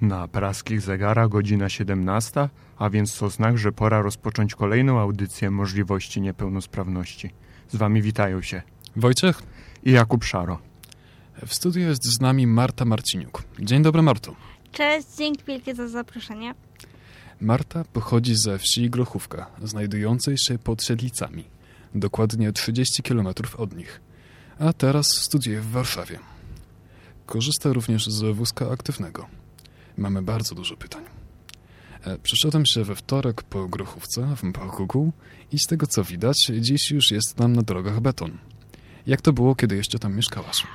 Na praskich zegarach godzina 17, a więc to znak, że pora rozpocząć kolejną audycję Możliwości Niepełnosprawności. Z wami witają się Wojciech i Jakub Szaro. W studiu jest z nami Marta Marciniuk. Dzień dobry, Marto. Cześć, dzięki wielkie za zaproszenie. Marta pochodzi ze wsi Grochówka, znajdującej się pod Siedlicami, dokładnie 30 km od nich, a teraz studiuje w Warszawie. Korzysta również z wózka aktywnego. Mamy bardzo dużo pytań. Przeszedłem się we wtorek po Grochówce w Mpachugu i z tego co widać, dziś już jest tam na drogach beton. Jak to było, kiedy jeszcze tam mieszkałaś?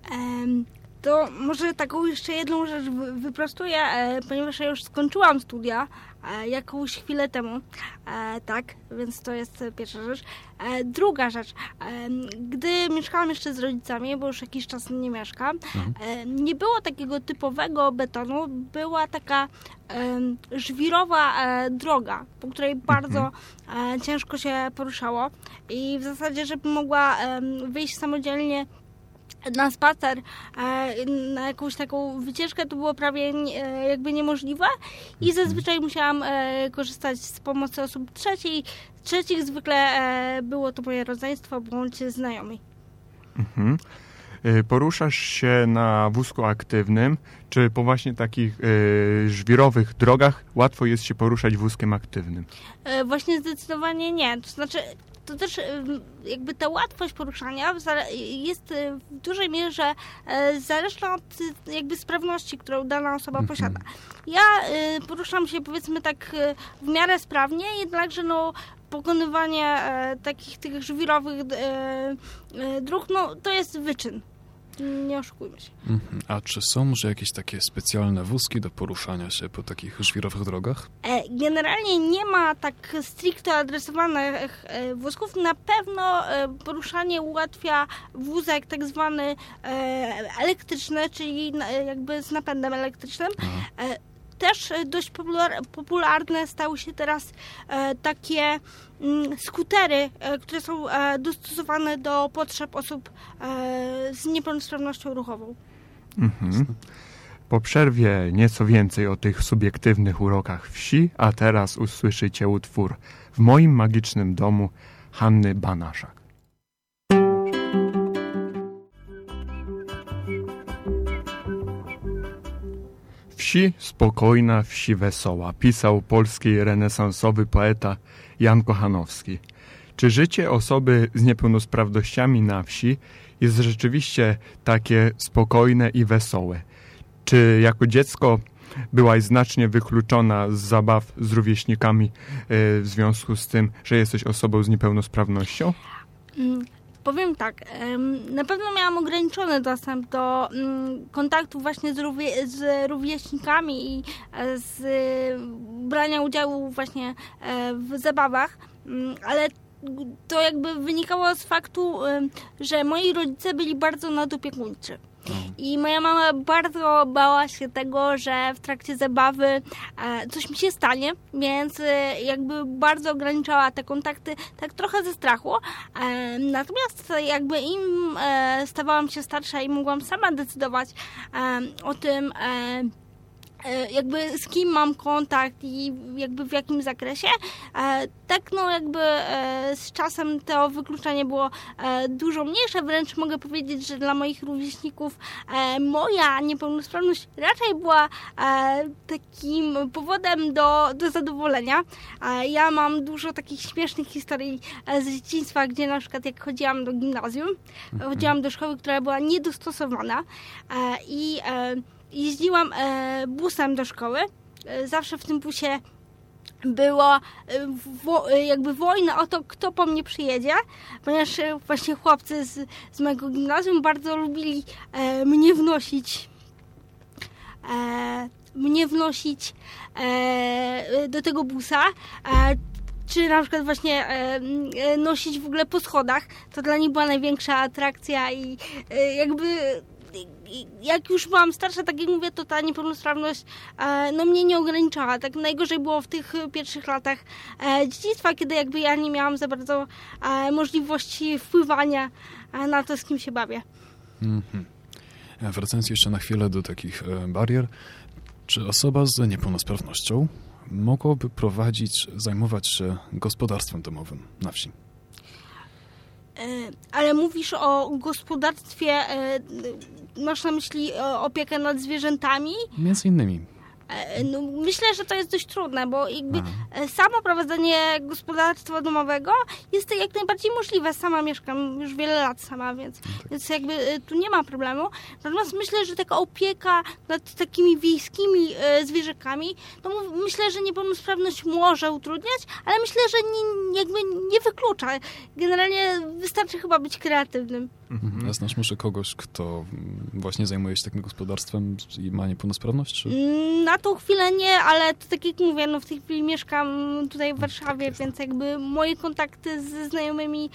To może taką jeszcze jedną rzecz wyprostuję, ponieważ ja już skończyłam studia jakąś chwilę temu, tak, więc to jest pierwsza rzecz. Druga rzecz, gdy mieszkałam jeszcze z rodzicami, bo już jakiś czas nie mieszkam, nie było takiego typowego betonu, była taka żwirowa droga, po której bardzo ciężko się poruszało i w zasadzie, żeby mogła wyjść samodzielnie na spacer, na jakąś taką wycieczkę, to było prawie jakby niemożliwe i zazwyczaj musiałam korzystać z pomocy osób trzecich. Zwykle było to moje rodzeństwo bądź znajomi. Poruszasz się na wózku aktywnym, czy po właśnie takich żwirowych drogach łatwo jest się poruszać wózkiem aktywnym? Właśnie zdecydowanie nie. To znaczy, to też jakby ta łatwość poruszania jest w dużej mierze zależna od jakby sprawności, którą dana osoba posiada. Ja poruszam się powiedzmy tak w miarę sprawnie, jednakże pokonywanie takich tych żwirowych dróg, to jest wyczyn. Nie oszukujmy się. A czy są może jakieś takie specjalne wózki do poruszania się po takich żwirowych drogach? Generalnie nie ma tak stricte adresowanych wózków. Na pewno poruszanie ułatwia wózek tak zwany elektryczny, czyli jakby z napędem elektrycznym. Też dość popularne stały się teraz takie skutery, które są dostosowane do potrzeb osób z niepełnosprawnością ruchową. Po przerwie nieco więcej o tych subiektywnych urokach wsi, a teraz usłyszycie utwór W moim magicznym domu Hanny Banaszak. Wsi spokojna, wsi wesoła, pisał polski renesansowy poeta Jan Kochanowski. Czy życie osoby z niepełnosprawnościami na wsi jest rzeczywiście takie spokojne i wesołe? Czy jako dziecko byłaś znacznie wykluczona z zabaw z rówieśnikami w związku z tym, że jesteś osobą z niepełnosprawnością? Powiem tak, na pewno miałam ograniczony dostęp do kontaktu właśnie z rówieśnikami i z brania udziału właśnie w zabawach, ale to jakby wynikało z faktu, że moi rodzice byli bardzo nadopiekuńczy. I moja mama bardzo bała się tego, że w trakcie zabawy coś mi się stanie, więc jakby bardzo ograniczała te kontakty, tak trochę ze strachu. Natomiast jakby im stawałam się starsza i mogłam sama decydować o tym, jakby z kim mam kontakt i jakby w jakim zakresie, tak jakby z czasem to wykluczenie było dużo mniejsze, wręcz mogę powiedzieć, że dla moich rówieśników moja niepełnosprawność raczej była takim powodem do zadowolenia. Ja mam dużo takich śmiesznych historii z dzieciństwa, gdzie na przykład jak chodziłam do gimnazjum, chodziłam do szkoły, która była niedostosowana i jeździłam busem do szkoły. Zawsze w tym busie było jakby wojna o to, kto po mnie przyjedzie, ponieważ właśnie chłopcy z mojego gimnazjum bardzo lubili mnie wnosić do tego busa, czy na przykład właśnie nosić w ogóle po schodach. To dla nich była największa atrakcja i jakby jak już byłam starsza, tak jak mówię, to ta niepełnosprawność mnie nie ograniczała. Tak najgorzej było w tych pierwszych latach dzieciństwa, kiedy jakby ja nie miałam za bardzo możliwości wpływania na to, z kim się bawię. Wracając jeszcze na chwilę do takich barier, Czy osoba z niepełnosprawnością mogłaby zajmować się gospodarstwem domowym na wsi? Ale mówisz o gospodarstwie, masz na myśli opiekę nad zwierzętami? Między innymi. No, myślę, że to jest dość trudne, bo jakby samo prowadzenie gospodarstwa domowego jest jak najbardziej możliwe. Sama mieszkam już wiele lat sama, więc jakby tu nie ma problemu. Natomiast myślę, że taka opieka nad takimi wiejskimi zwierzakami, no myślę, że niepełnosprawność może utrudniać, ale myślę, że nie wyklucza. Generalnie wystarczy chyba być kreatywnym. A znasz może kogoś, kto właśnie zajmuje się takim gospodarstwem i ma niepełnosprawność? Czy? Na tą chwilę nie, ale to tak jak mówię, no w tej chwili mieszkam tutaj w Warszawie, tak więc jakby moje kontakty ze znajomymi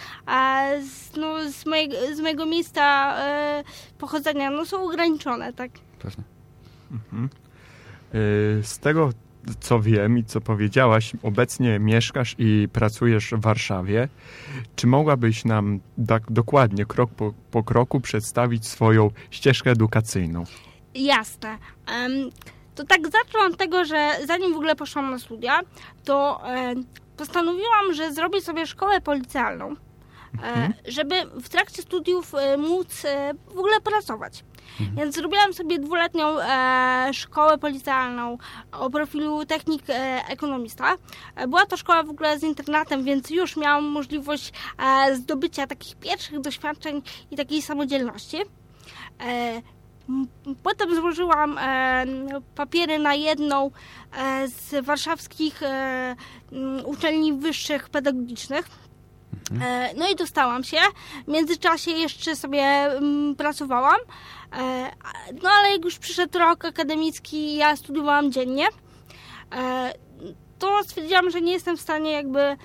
z mojego miejsca pochodzenia no są ograniczone, tak? Pewnie. Z tego, co wiem i co powiedziałaś, obecnie mieszkasz i pracujesz w Warszawie. Czy mogłabyś nam tak dokładnie, krok po kroku przedstawić swoją ścieżkę edukacyjną? Jasne. To tak zacznę od tego, że zanim w ogóle poszłam na studia, to postanowiłam, że zrobię sobie szkołę policjalną, żeby w trakcie studiów móc w ogóle pracować. Więc zrobiłam sobie 2-letnią szkołę policjalną o profilu technik ekonomista. Była to szkoła w ogóle z internatem, więc już miałam możliwość zdobycia takich pierwszych doświadczeń i takiej samodzielności. Potem złożyłam papiery na jedną z warszawskich uczelni wyższych pedagogicznych. No i dostałam się. W międzyczasie jeszcze sobie pracowałam. No ale jak już przyszedł rok akademicki, ja studiowałam dziennie. To stwierdziłam, że nie jestem w stanie jakby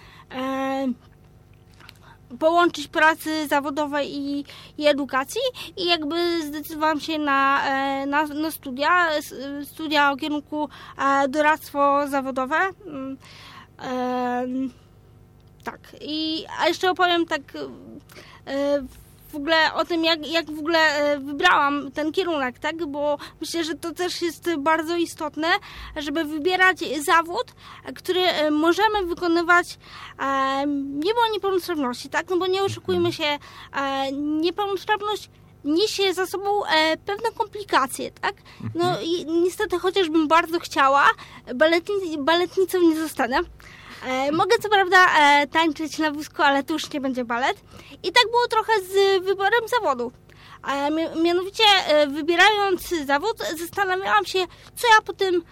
połączyć pracy zawodowej i edukacji i jakby zdecydowałam się na studia o kierunku doradztwo zawodowe. Tak. A jeszcze opowiem tak w ogóle o tym, jak w ogóle wybrałam ten kierunek, tak? Bo myślę, że to też jest bardzo istotne, żeby wybierać zawód, który możemy wykonywać mimo niepełnosprawności, tak? No bo nie oszukujmy się, niepełnosprawność niesie za sobą pewne komplikacje, tak? No i niestety, chociażbym bardzo chciała, baletnicą nie zostanę. Mogę co prawda tańczyć na wózku, ale to już nie będzie balet. I tak było trochę z wyborem zawodu. Mianowicie wybierając zawód zastanawiałam się, co ja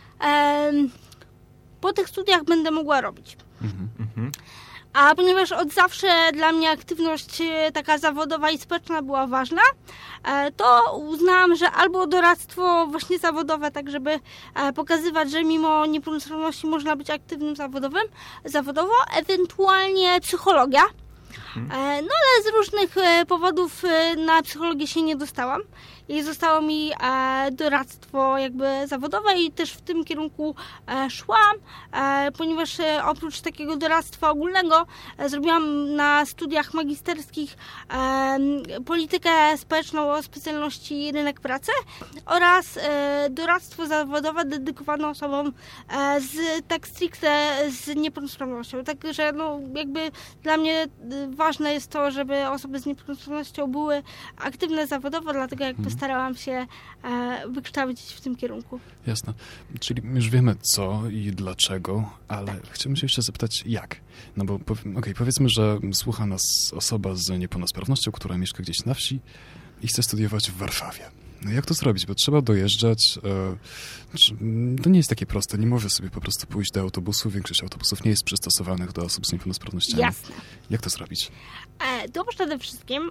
po tych studiach będę mogła robić. A ponieważ od zawsze dla mnie aktywność taka zawodowa i społeczna była ważna, to uznałam, że albo doradztwo właśnie zawodowe, tak żeby pokazywać, że mimo niepełnosprawności można być aktywnym zawodowo, ewentualnie psychologia. No ale z różnych powodów na psychologię się nie dostałam i zostało mi doradztwo jakby zawodowe i też w tym kierunku szłam, ponieważ oprócz takiego doradztwa ogólnego zrobiłam na studiach magisterskich politykę społeczną o specjalności rynek pracy oraz doradztwo zawodowe dedykowane osobom tak stricte z niepełnosprawnością. Także no jakby dla mnie ważne jest to, żeby osoby z niepełnosprawnością były aktywne zawodowo, dlatego jakby starałam się wykształcić w tym kierunku. Jasne. Czyli już wiemy co i dlaczego, ale chciałbym się jeszcze zapytać jak. No bo powiedzmy, że słucha nas osoba z niepełnosprawnością, która mieszka gdzieś na wsi i chce studiować w Warszawie. No jak to zrobić? Bo trzeba dojeżdżać. To nie jest takie proste. Nie może sobie po prostu pójść do autobusu. Większość autobusów nie jest przystosowanych do osób z niepełnosprawnościami. Jasne. Jak to zrobić? To przede wszystkim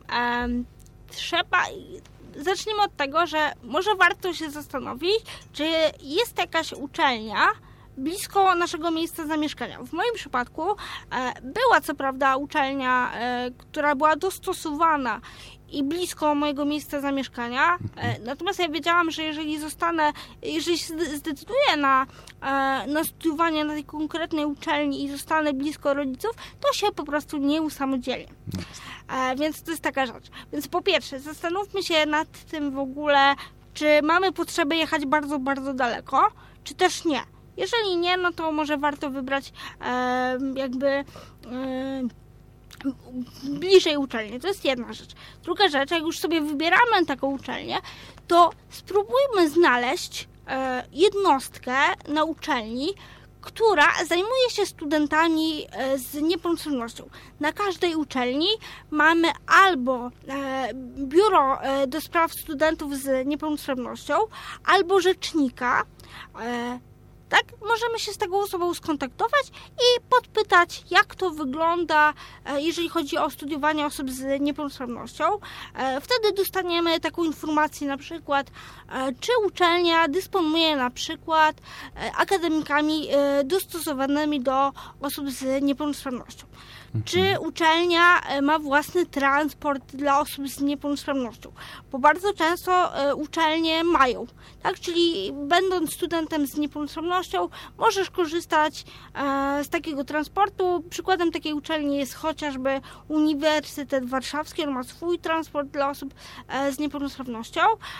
zacznijmy od tego, że może warto się zastanowić, czy jest jakaś uczelnia blisko naszego miejsca zamieszkania. W moim przypadku była co prawda uczelnia, która była dostosowana i blisko mojego miejsca zamieszkania. Natomiast ja wiedziałam, że jeżeli się zdecyduję na studiowanie na tej konkretnej uczelni i zostanę blisko rodziców, to się po prostu nie usamodzielnię. Więc to jest taka rzecz. Więc po pierwsze, zastanówmy się nad tym w ogóle, czy mamy potrzebę jechać bardzo, bardzo daleko, czy też nie. Jeżeli nie, no to może warto wybrać bliżej uczelni. To jest jedna rzecz. Druga rzecz, jak już sobie wybieramy taką uczelnię, to spróbujmy znaleźć jednostkę na uczelni, która zajmuje się studentami z niepełnosprawnością. Na każdej uczelni mamy albo biuro do spraw studentów z niepełnosprawnością, albo rzecznika. Tak, możemy się z taką osobą skontaktować i podpytać, jak to wygląda, jeżeli chodzi o studiowanie osób z niepełnosprawnością. Wtedy dostaniemy taką informację, na przykład, czy uczelnia dysponuje na przykład akademikami dostosowanymi do osób z niepełnosprawnością. Czy uczelnia ma własny transport dla osób z niepełnosprawnością? Bo bardzo często uczelnie mają, tak? Czyli będąc studentem z niepełnosprawnością możesz korzystać z takiego transportu. Przykładem takiej uczelni jest chociażby Uniwersytet Warszawski, on ma swój transport dla osób z niepełnosprawnością.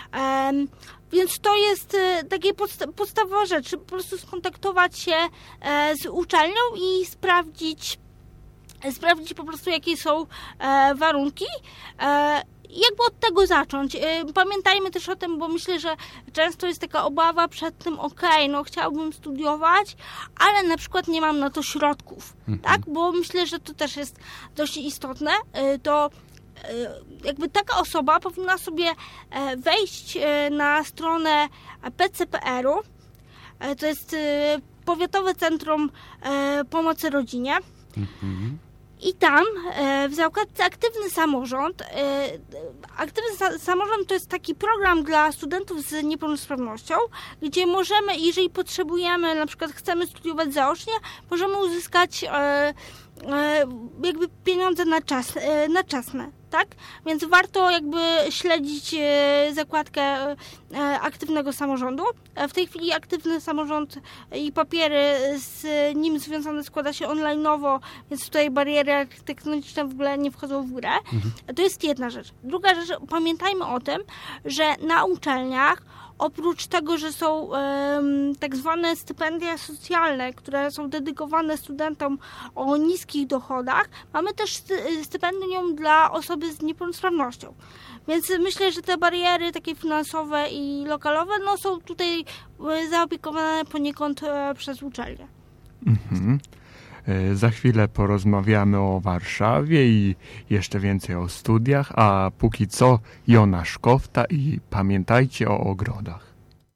Więc to jest takie podstawowa rzecz, po prostu skontaktować się z uczelnią i sprawdzić po prostu, jakie są warunki. Jakby od tego zacząć. Pamiętajmy też o tym, bo myślę, że często jest taka obawa przed tym, chciałbym studiować, ale na przykład nie mam na to środków, tak? Bo myślę, że to też jest dość istotne. To jakby taka osoba powinna sobie wejść na stronę PCPR-u. To jest Powiatowe Centrum Pomocy Rodzinie. I tam w zakładce Aktywny Samorząd, Aktywny Samorząd to jest taki program dla studentów z niepełnosprawnością, gdzie możemy, jeżeli potrzebujemy, na przykład chcemy studiować zaocznie, możemy uzyskać jakby pieniądze na czasne, tak? Więc warto jakby śledzić zakładkę Aktywnego Samorządu. W tej chwili Aktywny Samorząd i papiery z nim związane składa się online'owo, więc tutaj bariery architektoniczne w ogóle nie wchodzą w grę. To jest jedna rzecz. Druga rzecz, pamiętajmy o tym, że na uczelniach oprócz tego, że są tak zwane stypendia socjalne, które są dedykowane studentom o niskich dochodach, mamy też stypendium dla osoby z niepełnosprawnością. Więc myślę, że te bariery takie finansowe i lokalowe są tutaj zaopiekowane poniekąd przez uczelnię. Za chwilę porozmawiamy o Warszawie i jeszcze więcej o studiach, a póki co Jonasz Kofta i pamiętajcie o ogrodach.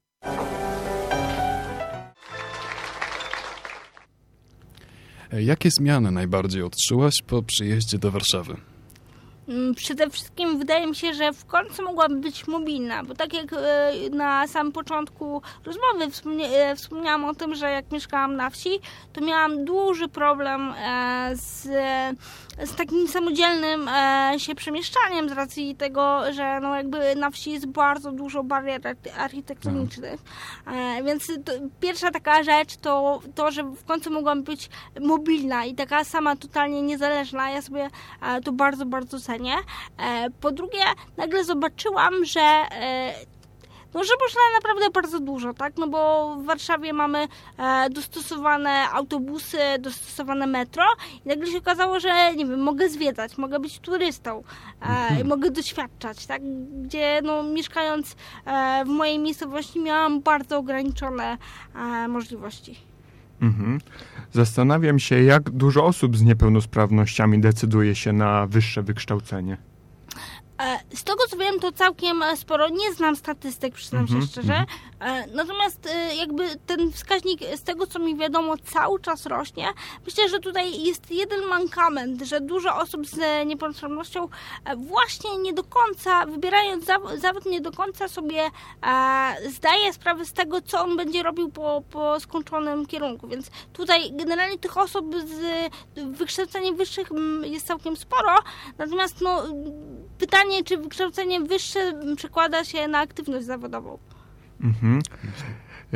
Jakie zmiany najbardziej odczułaś po przyjeździe do Warszawy? Przede wszystkim wydaje mi się, że w końcu mogłabym być mobilna, bo tak jak na samym początku rozmowy wspomniałam o tym, że jak mieszkałam na wsi, to miałam duży problem z takim samodzielnym się przemieszczaniem z racji tego, że jakby na wsi jest bardzo dużo barier architektonicznych. Więc pierwsza taka rzecz to, że w końcu mogłam być mobilna i taka sama totalnie niezależna. Ja sobie to bardzo, bardzo cenię. Po drugie, nagle zobaczyłam, że można naprawdę bardzo dużo, tak? Bo w Warszawie mamy dostosowane autobusy, dostosowane metro i nagle się okazało, że mogę zwiedzać, mogę być turystą, mogę doświadczać, tak? Gdzie mieszkając w mojej miejscowości miałam bardzo ograniczone możliwości. Zastanawiam się, jak dużo osób z niepełnosprawnościami decyduje się na wyższe wykształcenie. Z tego co wiem, to całkiem sporo. Nie znam statystyk, przyznam się szczerze. Natomiast jakby ten wskaźnik, z tego co mi wiadomo, cały czas rośnie. Myślę, że tutaj jest jeden mankament, że dużo osób z niepełnosprawnością właśnie nie do końca, wybierając zawód, nie do końca sobie zdaje sprawę z tego, co on będzie robił po skończonym kierunku. Więc tutaj generalnie tych osób z wykształceniem wyższych jest całkiem sporo. Natomiast pytanie, czy wykształcenie wyższe przekłada się na aktywność zawodową?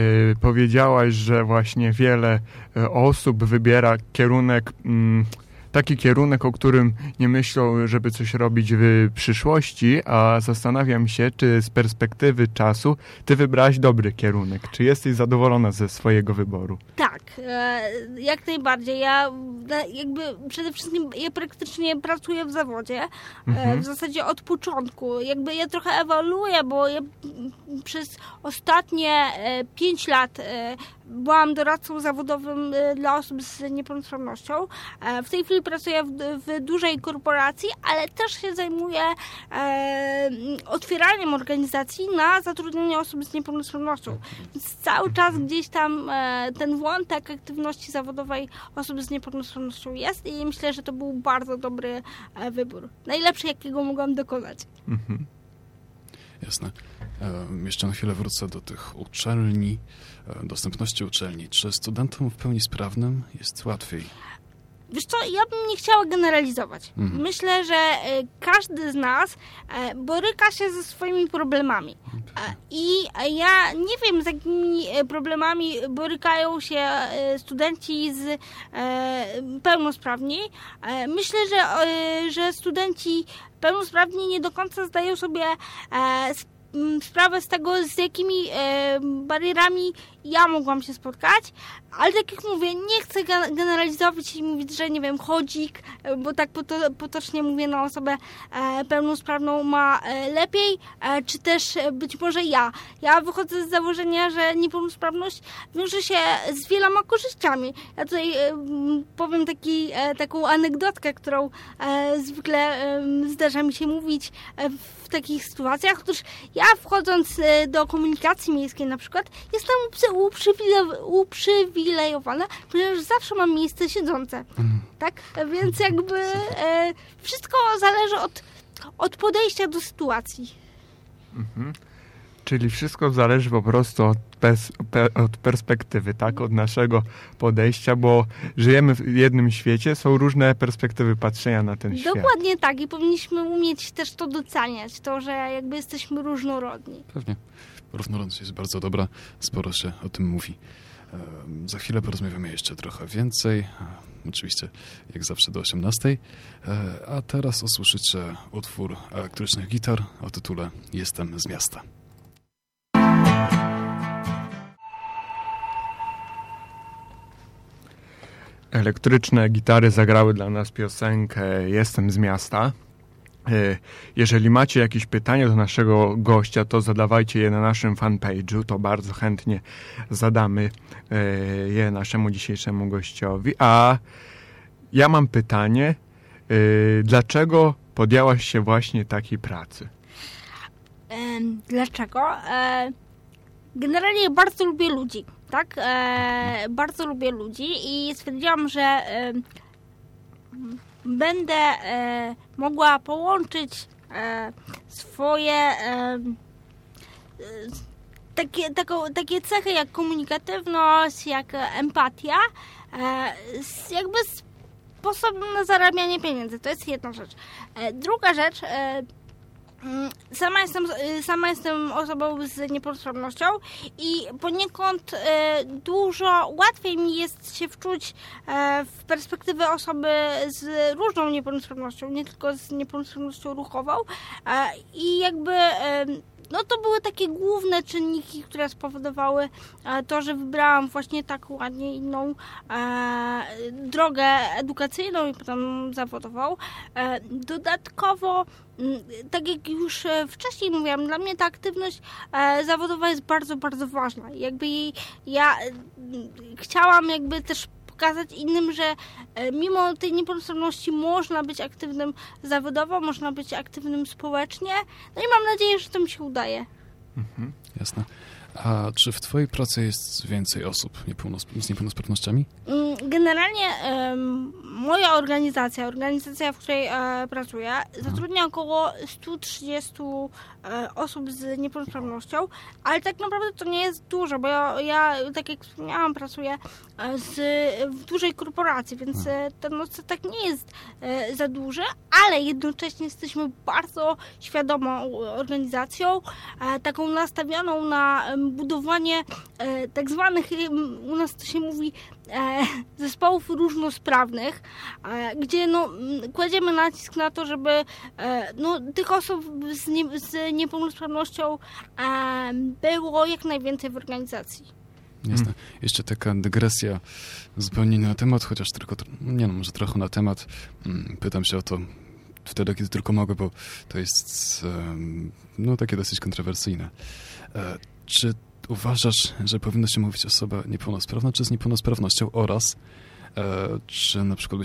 Powiedziałaś, że właśnie wiele osób wybiera kierunek taki kierunek, o którym nie myślą, żeby coś robić w przyszłości, a zastanawiam się, czy z perspektywy czasu ty wybrałaś dobry kierunek. Czy jesteś zadowolona ze swojego wyboru? Tak, jak najbardziej. Ja jakby przede wszystkim ja praktycznie pracuję w zawodzie, w zasadzie od początku. Jakby ja trochę ewoluuję, bo ja przez ostatnie 5 lat byłam doradcą zawodowym dla osób z niepełnosprawnością. W tej chwili pracuję w dużej korporacji, ale też się zajmuję otwieraniem organizacji na zatrudnienie osób z niepełnosprawnością. Więc cały czas gdzieś tam ten wątek aktywności zawodowej osób z niepełnosprawnością jest i myślę, że to był bardzo dobry wybór. Najlepszy, jakiego mogłam dokonać. Jasne. Jeszcze na chwilę wrócę do tych uczelni, dostępności uczelni. Czy studentom w pełni sprawnym jest łatwiej? Wiesz co, ja bym nie chciała generalizować. Myślę, że każdy z nas boryka się ze swoimi problemami. I ja nie wiem, z jakimi problemami borykają się studenci z pełnosprawni. Myślę, że studenci pełnosprawni nie do końca zdają sobie sprawę z tego, z jakimi barierami ja mogłam się spotkać, ale tak jak mówię, nie chcę generalizować i mówić, że nie wiem, chodzik, bo tak potocznie mówię na osobę pełnosprawną ma lepiej, czy też być może ja. Ja wychodzę z założenia, że niepełnosprawność wiąże się z wieloma korzyściami. Ja tutaj powiem taką anegdotkę, którą zwykle zdarza mi się mówić w takich sytuacjach. Otóż ja wchodząc do komunikacji miejskiej na przykład jestem uprzywilejowana, ponieważ zawsze mam miejsce siedzące. Tak? Więc jakby wszystko zależy od podejścia do sytuacji. Czyli wszystko zależy po prostu od perspektywy, tak? Od naszego podejścia, bo żyjemy w jednym świecie, są różne perspektywy patrzenia na ten świat. Dokładnie tak i powinniśmy umieć też to doceniać, to, że jakby jesteśmy różnorodni. Pewnie. Różnorodność jest bardzo dobra, sporo się o tym mówi. Za chwilę porozmawiamy jeszcze trochę więcej, oczywiście jak zawsze do 18. A teraz usłyszycie utwór elektrycznych gitar o tytule Jestem z miasta. Elektryczne gitary zagrały dla nas piosenkę Jestem z miasta. Jeżeli macie jakieś pytania do naszego gościa, to zadawajcie je na naszym fanpage'u, to bardzo chętnie zadamy je naszemu dzisiejszemu gościowi. A ja mam pytanie, dlaczego podjęłaś się właśnie takiej pracy? Dlaczego? Generalnie bardzo lubię ludzi, tak? Bardzo lubię ludzi i stwierdziłam, że będę mogła połączyć swoje takie cechy jak komunikatywność, jak empatia, jakby sposobem na zarabianie pieniędzy. To jest jedna rzecz. Druga rzecz, sama jestem osobą z niepełnosprawnością i poniekąd dużo łatwiej mi jest się wczuć w perspektywę osoby z różną niepełnosprawnością, nie tylko z niepełnosprawnością ruchową i jakby no to były takie główne czynniki, które spowodowały to, że wybrałam właśnie taką, a nie inną drogę edukacyjną i potem zawodową. Dodatkowo, tak jak już wcześniej mówiłam, dla mnie ta aktywność zawodowa jest bardzo, bardzo ważna. Jakby ja chciałam jakby też pokazać innym, że mimo tej niepełnosprawności można być aktywnym zawodowo, można być aktywnym społecznie. No i mam nadzieję, że to mi się udaje. Jasne. A czy w twojej pracy jest więcej osób z niepełnosprawnościami? Generalnie moja organizacja, w której pracuję, zatrudnia około 130 osób z niepełnosprawnością, ale tak naprawdę to nie jest dużo, bo ja tak jak wspomniałam, pracuję w dużej korporacji, więc ten odsetek nie jest za duży, ale jednocześnie jesteśmy bardzo świadomą organizacją, taką nastawioną na budowanie tak zwanych, u nas to się mówi, zespołów różnosprawnych, gdzie kładziemy nacisk na to, żeby tych osób z niepełnosprawnością było jak najwięcej w organizacji. Jasne. Jeszcze taka dygresja zupełnie nie na temat, chociaż tylko, może trochę na temat. Pytam się o to wtedy, kiedy tylko mogę, bo to jest takie dosyć kontrowersyjne. Czy uważasz, że powinno się mówić osoba niepełnosprawna, czy z niepełnosprawnością oraz czy na przykład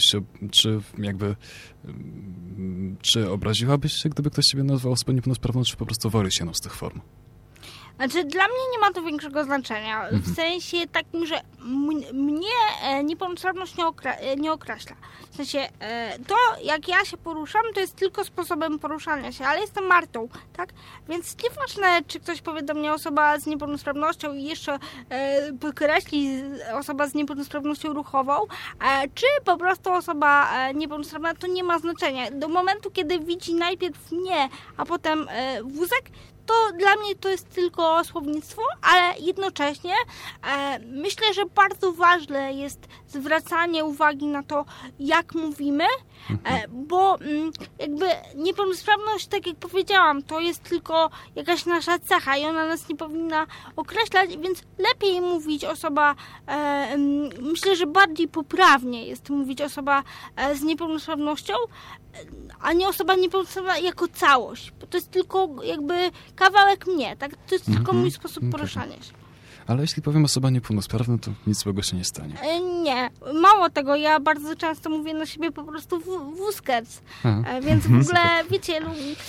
czy obraziłabyś się, gdyby ktoś ciebie nazwał osobą niepełnosprawną, czy po prostu wolisz się z tych form? Znaczy, dla mnie nie ma to większego znaczenia. W sensie takim, że mnie niepełnosprawność nie określa. W sensie, to jak ja się poruszam, to jest tylko sposobem poruszania się, ale jestem Martą, tak? Więc nieważne, czy ktoś powie do mnie osoba z niepełnosprawnością i jeszcze podkreśli osoba z niepełnosprawnością ruchową, czy po prostu osoba niepełnosprawna, to nie ma znaczenia. Do momentu, kiedy widzi najpierw mnie, a potem wózek, to dla mnie to jest tylko słownictwo, ale jednocześnie myślę, że bardzo ważne jest zwracanie uwagi na to, jak mówimy, bo jakby niepełnosprawność, tak jak powiedziałam, to jest tylko jakaś nasza cecha i ona nas nie powinna określać, więc lepiej mówić osoba, myślę, że bardziej poprawnie jest mówić osoba z niepełnosprawnością, a nie osoba niepełnosprawna jako całość, bo to jest tylko jakby kawałek mnie, tak? To jest tylko mój sposób poruszania się. Ale jeśli powiem osoba niepełnosprawna, to nic złego się nie stanie. Nie. Mało tego, ja bardzo często mówię na siebie po prostu wózkec. Więc w ogóle, wiecie,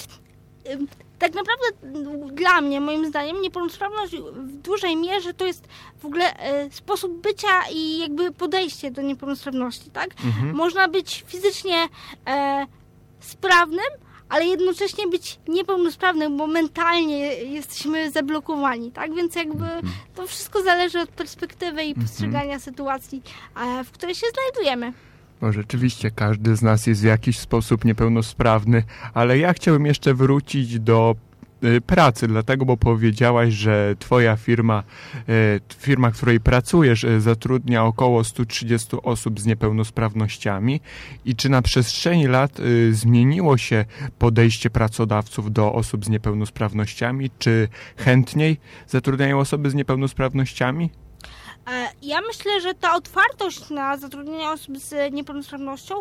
tak naprawdę dla mnie, moim zdaniem, niepełnosprawność w dużej mierze to jest w ogóle sposób bycia i jakby podejście do niepełnosprawności, tak? Można być fizycznie sprawnym, ale jednocześnie być niepełnosprawnym, bo mentalnie jesteśmy zablokowani, tak? Więc jakby to wszystko zależy od perspektywy i postrzegania sytuacji, w której się znajdujemy. Bo rzeczywiście każdy z nas jest w jakiś sposób niepełnosprawny, ale ja chciałbym jeszcze wrócić do pracy, dlatego, bo powiedziałaś, że twoja firma, w której pracujesz, zatrudnia około 130 osób z niepełnosprawnościami i czy na przestrzeni lat zmieniło się podejście pracodawców do osób z niepełnosprawnościami, czy chętniej zatrudniają osoby z niepełnosprawnościami? Ja myślę, że ta otwartość na zatrudnienie osób z niepełnosprawnością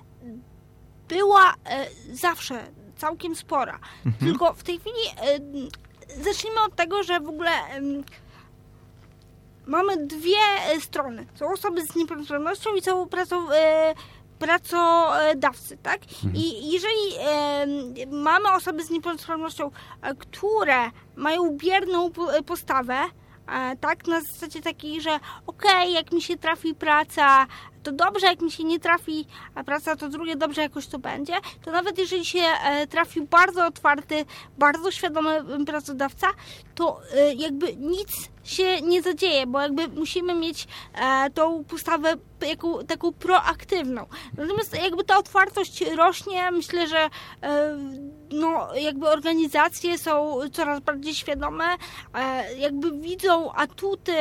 była zawsze całkiem spora. Tylko w tej chwili zacznijmy od tego, że w ogóle mamy dwie strony. Są osoby z niepełnosprawnością i są pracodawcy, tak? I jeżeli mamy osoby z niepełnosprawnością, które mają bierną postawę, tak, na zasadzie takiej, że jak mi się trafi praca, to dobrze, jak mi się nie trafi praca, to drugie dobrze jakoś to będzie, to nawet jeżeli się trafi bardzo otwarty, bardzo świadomy pracodawca, to jakby nic się nie zadzieje, bo jakby musimy mieć tą postawę taką proaktywną. Natomiast jakby ta otwartość rośnie, myślę, że jakby organizacje są coraz bardziej świadome, jakby widzą atuty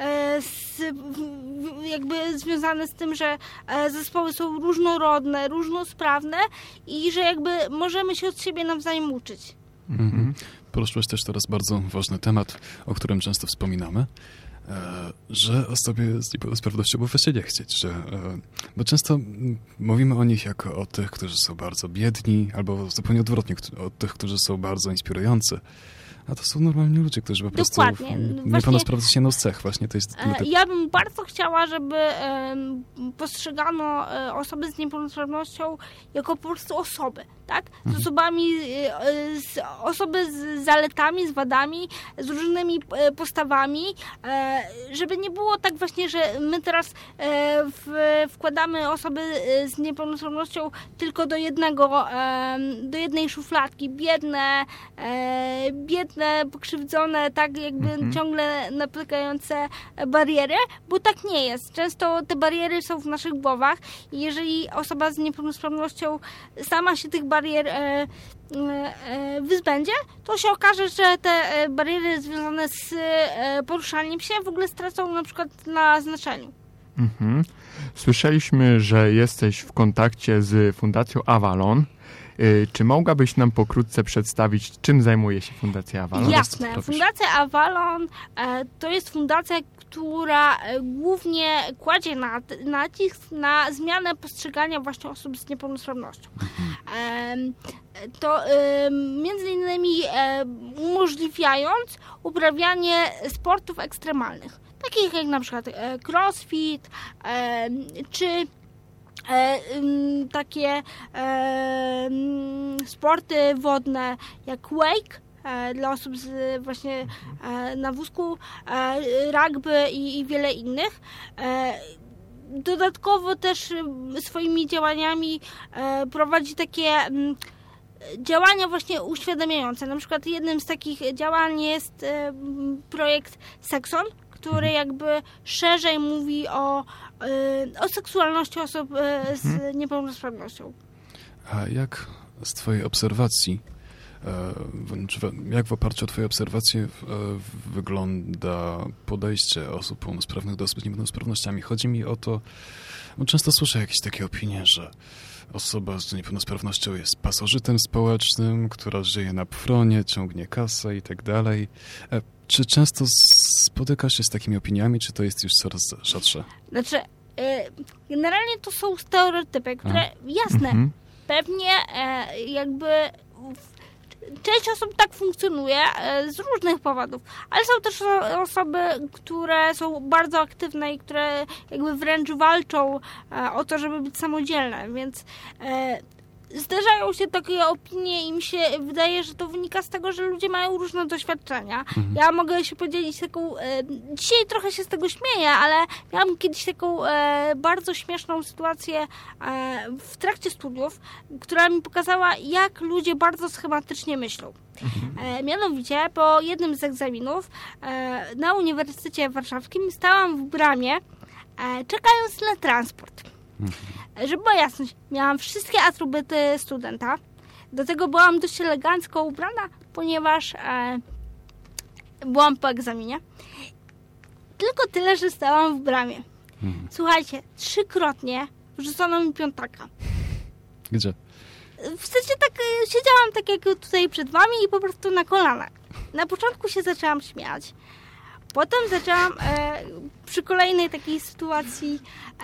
jakby związane z tym, że zespoły są różnorodne, różnosprawne i że jakby możemy się od siebie nawzajem uczyć. Poruszyłeś też teraz bardzo ważny temat, o którym często wspominamy, że osobie z niepełnosprawnością właśnie nie chcieć, bo często mówimy o nich jako o tych, którzy są bardzo biedni, albo zupełnie odwrotnie, o tych, którzy są bardzo inspirujący. A to są normalni ludzie, którzy po prostu niepełnosprawni się z cech. Właśnie to jest ja bym bardzo chciała, żeby postrzegano osoby z niepełnosprawnością jako po prostu osoby, tak? Z osobami, osoby z zaletami, z wadami, z różnymi postawami, żeby nie było tak właśnie, że my teraz wkładamy osoby z niepełnosprawnością tylko do jednej szufladki, biedne, pokrzywdzone, tak jakby ciągle napotykające bariery, bo tak nie jest. Często te bariery są w naszych głowach i jeżeli osoba z niepełnosprawnością sama się tych barier wyzbędzie, to się okaże, że te bariery związane z poruszaniem się w ogóle stracą na przykład na znaczeniu. Słyszeliśmy, że jesteś w kontakcie z Fundacją Avalon. Czy mogłabyś nam pokrótce przedstawić, czym zajmuje się Fundacja Avalon? Jasne. Fundacja Avalon to jest fundacja, która głównie kładzie nacisk na zmianę postrzegania właśnie osób z niepełnosprawnością. To między innymi umożliwiając uprawianie sportów ekstremalnych, takich jak na przykład crossfit, czy takie sporty wodne jak wake dla osób właśnie na wózku, rugby i wiele innych. Dodatkowo też swoimi działaniami prowadzi takie działania właśnie uświadamiające. Na przykład jednym z takich działań jest projekt Sekson, który jakby szerzej mówi o seksualności osób z niepełnosprawnością. A jak z twojej obserwacji, jak w oparciu o twoje obserwacje wygląda podejście osób pełnosprawnych do osób z niepełnosprawnościami? Chodzi mi o to, bo często słyszę jakieś takie opinie, że osoba z niepełnosprawnością jest pasożytem społecznym, która żyje na pfronie, ciągnie kasę i tak dalej. Czy często spotykasz się z takimi opiniami, czy to jest już coraz rzadsze? Znaczy, generalnie to są stereotypy, które jasne, pewnie jakby część osób tak funkcjonuje z różnych powodów, ale są też osoby, które są bardzo aktywne i które jakby wręcz walczą o to, żeby być samodzielne, więc zdarzają się takie opinie i mi się wydaje, że to wynika z tego, że ludzie mają różne doświadczenia. Ja mogę się podzielić taką, dzisiaj trochę się z tego śmieję, ale miałam kiedyś taką bardzo śmieszną sytuację w trakcie studiów, która mi pokazała, jak ludzie bardzo schematycznie myślą. Mianowicie po jednym z egzaminów na Uniwersytecie Warszawskim stałam w bramie, czekając na transport. Żeby była jasność, miałam wszystkie atrybuty studenta. Do tego byłam dość elegancko ubrana, ponieważ byłam po egzaminie. Tylko tyle, że stałam w bramie. Słuchajcie, 3-krotnie wrzucono mi piątaka. Gdzie? W sensie tak siedziałam tak jak tutaj przed wami i po prostu na kolanach. Na początku się zaczęłam śmiać. Potem zaczęłam przy kolejnej takiej sytuacji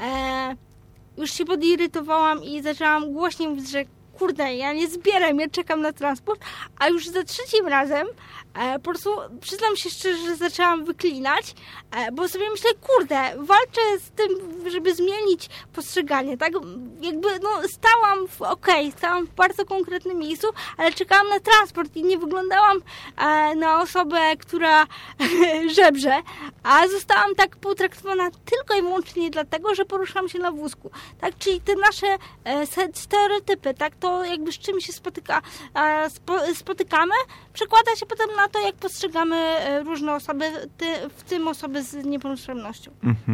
już się podirytowałam i zaczęłam głośniej mówić, że kurde, ja nie zbieram, ja czekam na transport, a już za trzecim razem po prostu przyznam się szczerze, że zaczęłam wyklinać, bo sobie myślę, kurde, walczę z tym, żeby zmienić postrzeganie, tak? Jakby, stałam w bardzo konkretnym miejscu, ale czekałam na transport i nie wyglądałam na osobę, która żebrze, a zostałam tak potraktowana tylko i wyłącznie dlatego, że poruszam się na wózku, tak? Czyli te nasze stereotypy, tak? To jakby z czym się spotykamy, przekłada się potem na to, jak postrzegamy różne osoby, w tym osoby z niepełnosprawnością.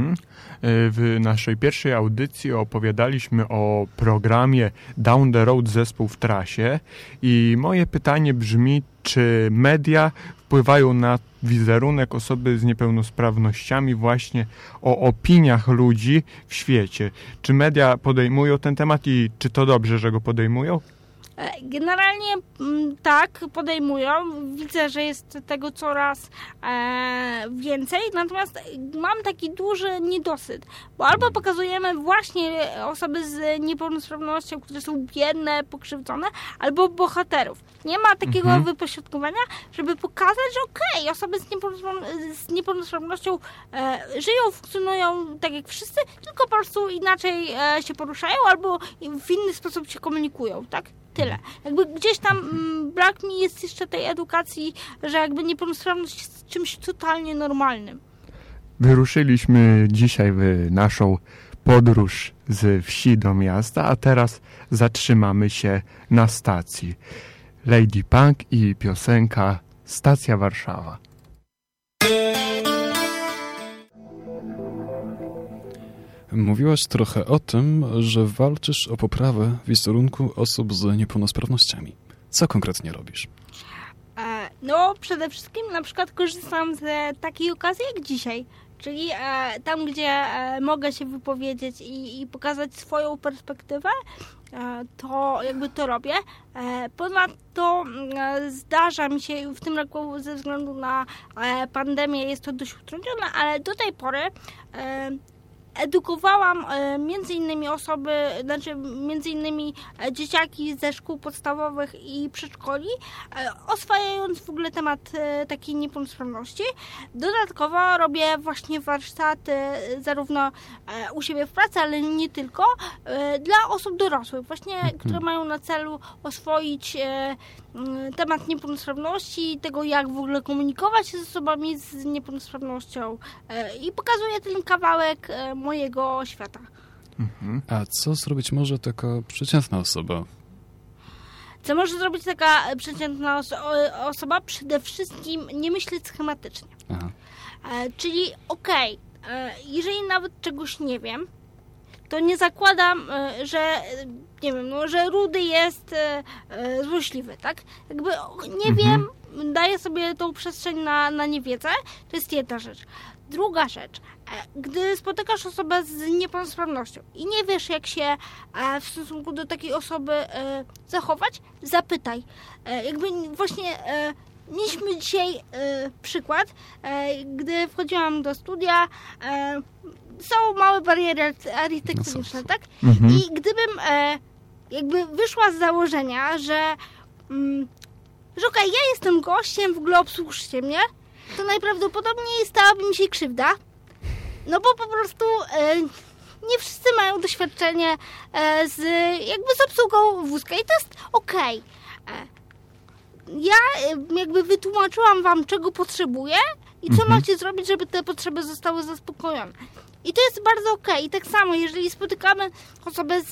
W naszej pierwszej audycji opowiadaliśmy o programie Down the Road Zespół w trasie i moje pytanie brzmi, czy media wpływają na wizerunek osoby z niepełnosprawnościami właśnie o opiniach ludzi w świecie? Czy media podejmują ten temat i czy to dobrze, że go podejmują? Generalnie tak, podejmują. Widzę, że jest tego coraz więcej, natomiast mam taki duży niedosyt, bo albo pokazujemy właśnie osoby z niepełnosprawnością, które są biedne, pokrzywdzone, albo bohaterów. Nie ma takiego wypośrodkowania, żeby pokazać, że osoby z niepełnosprawnością żyją, funkcjonują tak jak wszyscy, tylko po prostu inaczej się poruszają albo w inny sposób się komunikują, tak? Tyle. Jakby gdzieś tam brak mi jest jeszcze tej edukacji, że jakby niepełnosprawność jest czymś totalnie normalnym. Wyruszyliśmy dzisiaj w naszą podróż z wsi do miasta, a teraz zatrzymamy się na stacji. Lady Punk i piosenka Stacja Warszawa. Mówiłaś trochę o tym, że walczysz o poprawę wizerunku osób z niepełnosprawnościami. Co konkretnie robisz? Przede wszystkim na przykład korzystam z takiej okazji jak dzisiaj, Czyli tam, gdzie mogę się wypowiedzieć i pokazać swoją perspektywę, to jakby to robię. Ponadto zdarza mi się w tym roku ze względu na pandemię, jest to dość utrudnione, ale do tej pory edukowałam między innymi dzieciaki ze szkół podstawowych i przedszkoli, oswajając w ogóle temat takiej niepełnosprawności. Dodatkowo robię właśnie warsztaty zarówno u siebie w pracy, ale nie tylko, dla osób dorosłych, właśnie, które mają na celu oswoić temat niepełnosprawności, tego jak w ogóle komunikować się z osobami z niepełnosprawnością i pokazuję ten kawałek mojego świata. A co zrobić może taka przeciętna osoba? Co może zrobić taka przeciętna osoba? Przede wszystkim nie myśleć schematycznie. Aha. Czyli jeżeli nawet czegoś nie wiem, to nie zakładam, że nie wiem, że rudy jest złośliwy, tak? Jakby nie wiem, daję sobie tą przestrzeń na niewiedzę, to jest jedna rzecz. Druga rzecz, gdy spotykasz osobę z niepełnosprawnością i nie wiesz, jak się w stosunku do takiej osoby zachować, zapytaj. Jakby właśnie mieliśmy dzisiaj przykład, gdy wchodziłam do studia, są małe bariery architektoniczne, tak? I gdybym jakby wyszła z założenia, że okej, ja jestem gościem, w ogóle obsłużcie mnie, to najprawdopodobniej stałaby mi się krzywda, no bo po prostu nie wszyscy mają doświadczenie z obsługą wózka i to jest okej. Ja jakby wytłumaczyłam wam, czego potrzebuję i co macie zrobić, żeby te potrzeby zostały zaspokojone. I to jest bardzo okej. I tak samo, jeżeli spotykamy osobę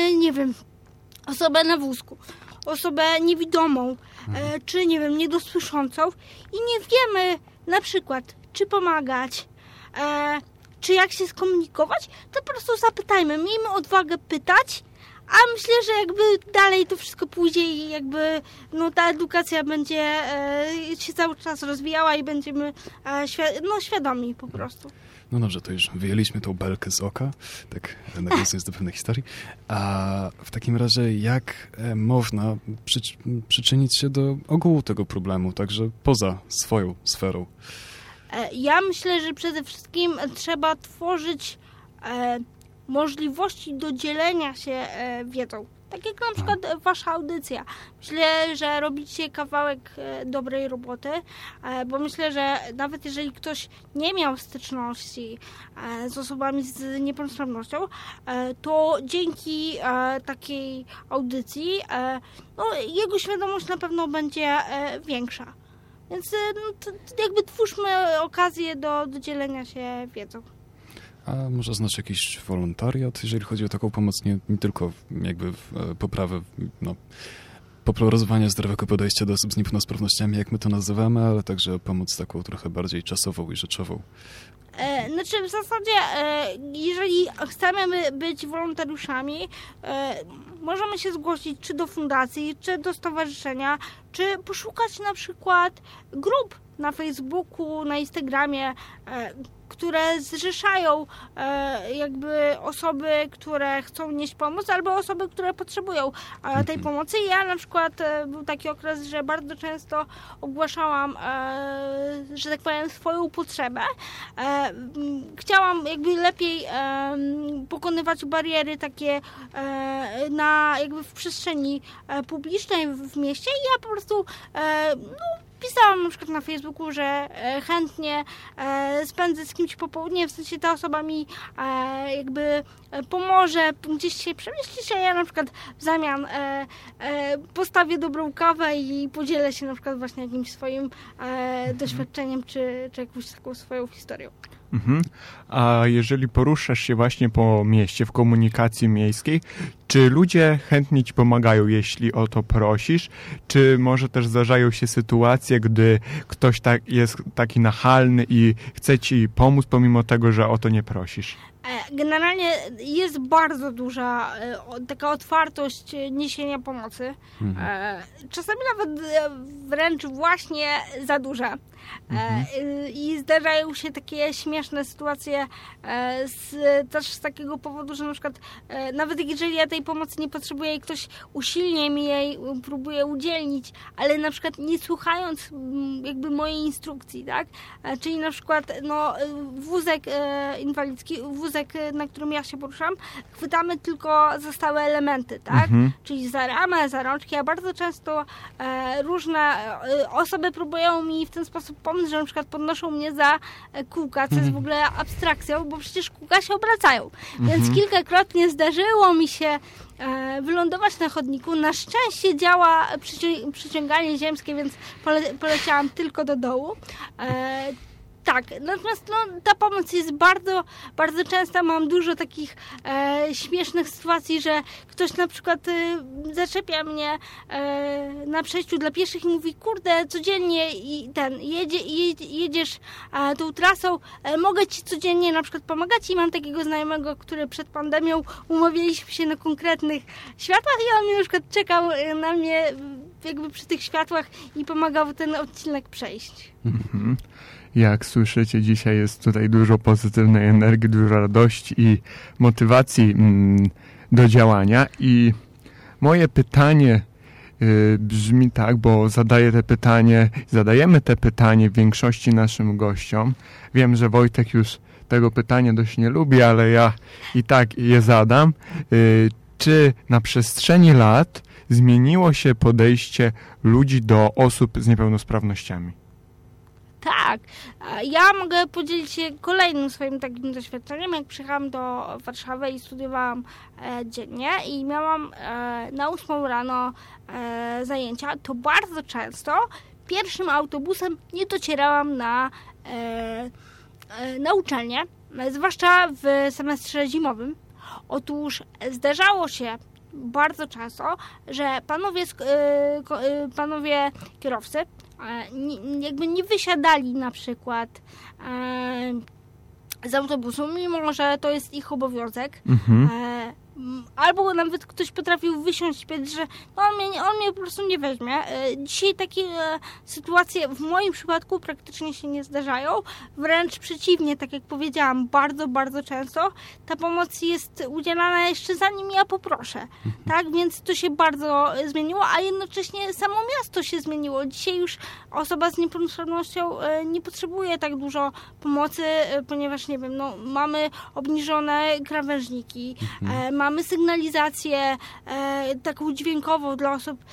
osobę na wózku, osobę niewidomą, czy nie wiem, niedosłyszącą i nie wiemy na przykład, czy pomagać, czy jak się skomunikować, to po prostu zapytajmy, miejmy odwagę pytać, a myślę, że jakby dalej to wszystko pójdzie i jakby ta edukacja będzie się cały czas rozwijała i będziemy świadomi po prostu. No dobrze, to już wyjęliśmy tą belkę z oka, tak nawiązując do pewnej historii. A w takim razie jak można przyczynić się do ogółu tego problemu, także poza swoją sferą? Ja myślę, że przede wszystkim trzeba tworzyć możliwości do dzielenia się wiedzą. Tak jak na przykład wasza audycja. Myślę, że robicie kawałek dobrej roboty, bo myślę, że nawet jeżeli ktoś nie miał styczności z osobami z niepełnosprawnością, to dzięki takiej audycji jego świadomość na pewno będzie większa. Więc jakby twórzmy okazję do dzielenia się wiedzą. A może znaczy jakiś wolontariat, jeżeli chodzi o taką pomoc, nie tylko jakby poprawę, popularyzowanie zdrowego podejścia do osób z niepełnosprawnościami, jak my to nazywamy, ale także pomoc taką trochę bardziej czasową i rzeczową. Znaczy w zasadzie, jeżeli chcemy być wolontariuszami, możemy się zgłosić czy do fundacji, czy do stowarzyszenia, czy poszukać na przykład grup na Facebooku, na Instagramie, które zrzeszają jakby osoby, które chcą nieść pomoc, albo osoby, które potrzebują tej pomocy. Ja na przykład był taki okres, że bardzo często ogłaszałam, że tak powiem, swoją potrzebę. Chciałam jakby lepiej pokonywać bariery takie jakby w przestrzeni publicznej w mieście i ja po prostu pisałam na przykład na Facebooku, że chętnie spędzę z kimś popołudnie, w sensie ta osoba mi jakby pomoże gdzieś się przemieścić, a ja na przykład w zamian postawię dobrą kawę i podzielę się na przykład właśnie jakimś swoim doświadczeniem, czy jakąś taką swoją historią. A jeżeli poruszasz się właśnie po mieście w komunikacji miejskiej, czy ludzie chętnie ci pomagają, jeśli o to prosisz? Czy może też zdarzają się sytuacje, gdy ktoś jest taki nachalny i chce ci pomóc, pomimo tego, że o to nie prosisz? generalnie jest bardzo duża taka otwartość niesienia pomocy. Czasami nawet wręcz właśnie za duża. I zdarzają się takie śmieszne sytuacje też z takiego powodu, że na przykład nawet jeżeli ja tej pomocy nie potrzebuję i ktoś usilnie mi jej próbuje udzielić, ale na przykład nie słuchając jakby mojej instrukcji, tak? Czyli na przykład wózek inwalidzki, wózek, na którym ja się poruszam, chwytamy tylko za stałe elementy, tak? Czyli za ramę, za rączki, a bardzo często różne osoby próbują mi w ten sposób pomóc, że na przykład podnoszą mnie za kółka, co jest w ogóle abstrakcją, bo przecież kółka się obracają. Więc kilkakrotnie zdarzyło mi się wylądować na chodniku. Na szczęście działa przyciąganie ziemskie, więc poleciałam tylko do dołu. Tak, natomiast ta pomoc jest bardzo, bardzo częsta. Mam dużo takich śmiesznych sytuacji, że ktoś na przykład zaczepia mnie na przejściu dla pieszych i mówi, kurde, codziennie jedziesz tą trasą, mogę ci codziennie na przykład pomagać i mam takiego znajomego, który przed pandemią umawialiśmy się na konkretnych światłach i on mi na przykład czekał na mnie jakby przy tych światłach i pomagał ten odcinek przejść. Jak słyszycie, dzisiaj jest tutaj dużo pozytywnej energii, dużo radości i motywacji do działania. I moje pytanie brzmi tak, bo zadajemy te pytanie większości naszym gościom. Wiem, że Wojtek już tego pytania dość nie lubi, ale ja i tak je zadam. Czy na przestrzeni lat zmieniło się podejście ludzi do osób z niepełnosprawnościami? Tak. Ja mogę podzielić się kolejnym swoim takim doświadczeniem. Jak przyjechałam do Warszawy i studiowałam dziennie i miałam na 8 rano zajęcia, to bardzo często pierwszym autobusem nie docierałam na uczelnię, zwłaszcza w semestrze zimowym. Otóż zdarzało się bardzo często, że panowie kierowcy jakby nie wysiadali na przykład z autobusu, mimo że to jest ich obowiązek. Albo nawet ktoś potrafił wysiąść, że on mnie po prostu nie weźmie. Dzisiaj takie sytuacje w moim przypadku praktycznie się nie zdarzają. Wręcz przeciwnie, tak jak powiedziałam, bardzo, bardzo często ta pomoc jest udzielana jeszcze zanim ja poproszę. Tak, więc to się bardzo zmieniło, a jednocześnie samo miasto się zmieniło. Dzisiaj już osoba z niepełnosprawnością nie potrzebuje tak dużo pomocy, ponieważ nie wiem, mamy obniżone krawężniki, mamy sygnalizację taką dźwiękową dla osób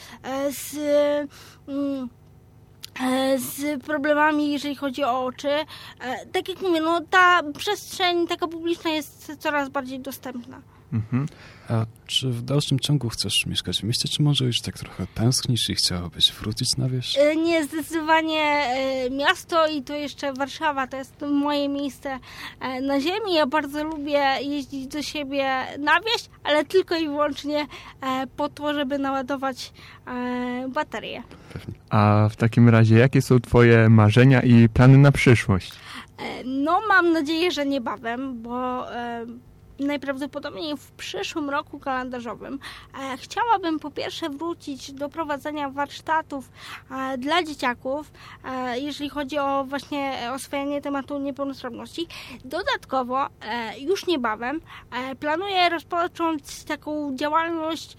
z problemami, jeżeli chodzi o oczy. Tak jak mówię, ta przestrzeń taka publiczna jest coraz bardziej dostępna. A czy w dalszym ciągu chcesz mieszkać w mieście, czy może już tak trochę tęsknisz i chciałabyś wrócić na wieś? Nie, zdecydowanie miasto i to jeszcze Warszawa, to jest moje miejsce na ziemi. Ja bardzo lubię jeździć do siebie na wieś, ale tylko i wyłącznie po to, żeby naładować baterię. Pewnie. A w takim razie, jakie są twoje marzenia i plany na przyszłość? Mam nadzieję, że niebawem, bo najprawdopodobniej w przyszłym roku kalendarzowym chciałabym po pierwsze wrócić do prowadzenia warsztatów dla dzieciaków, jeżeli chodzi o właśnie oswojenie tematu niepełnosprawności. Dodatkowo już niebawem planuję rozpocząć taką działalność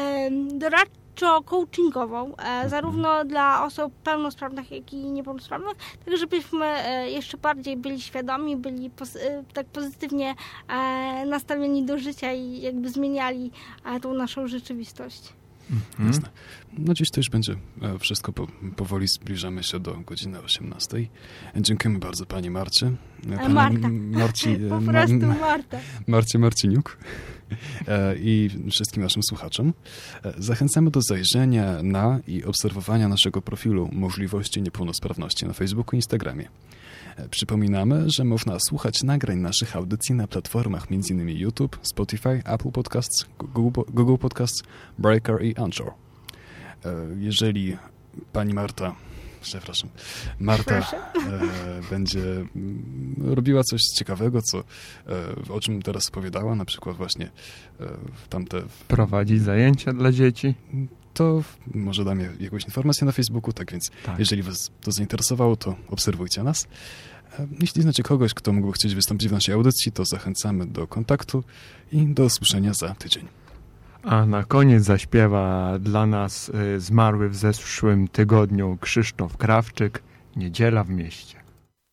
coachingową, zarówno dla osób pełnosprawnych, jak i niepełnosprawnych, tak żebyśmy jeszcze bardziej byli świadomi, byli tak pozytywnie nastawieni do życia i jakby zmieniali tą naszą rzeczywistość. Jasne. Dziś to już będzie wszystko. Powoli zbliżamy się do godziny 18. Dziękujemy bardzo pani Marcie. Marta. Po prostu Marta. Marcie Marciniuk i wszystkim naszym słuchaczom. Zachęcamy do zajrzenia na i obserwowania naszego profilu Możliwości Niepełnosprawności na Facebooku i Instagramie. Przypominamy, że można słuchać nagrań naszych audycji na platformach m.in. YouTube, Spotify, Apple Podcasts, Google Podcasts, Breaker i Anchor. Jeżeli pani Marta przepraszam, Marta będzie robiła coś ciekawego, o czym teraz opowiadała, na przykład właśnie tamte... Prowadzi zajęcia dla dzieci. To może dam jakąś informację na Facebooku, tak więc jeżeli was to zainteresowało, to obserwujcie nas. Jeśli znacie kogoś, kto mógłby chcieć wystąpić w naszej audycji, to zachęcamy do kontaktu i do usłyszenia za tydzień. A na koniec zaśpiewa dla nas zmarły w zeszłym tygodniu Krzysztof Krawczyk, Niedziela w mieście.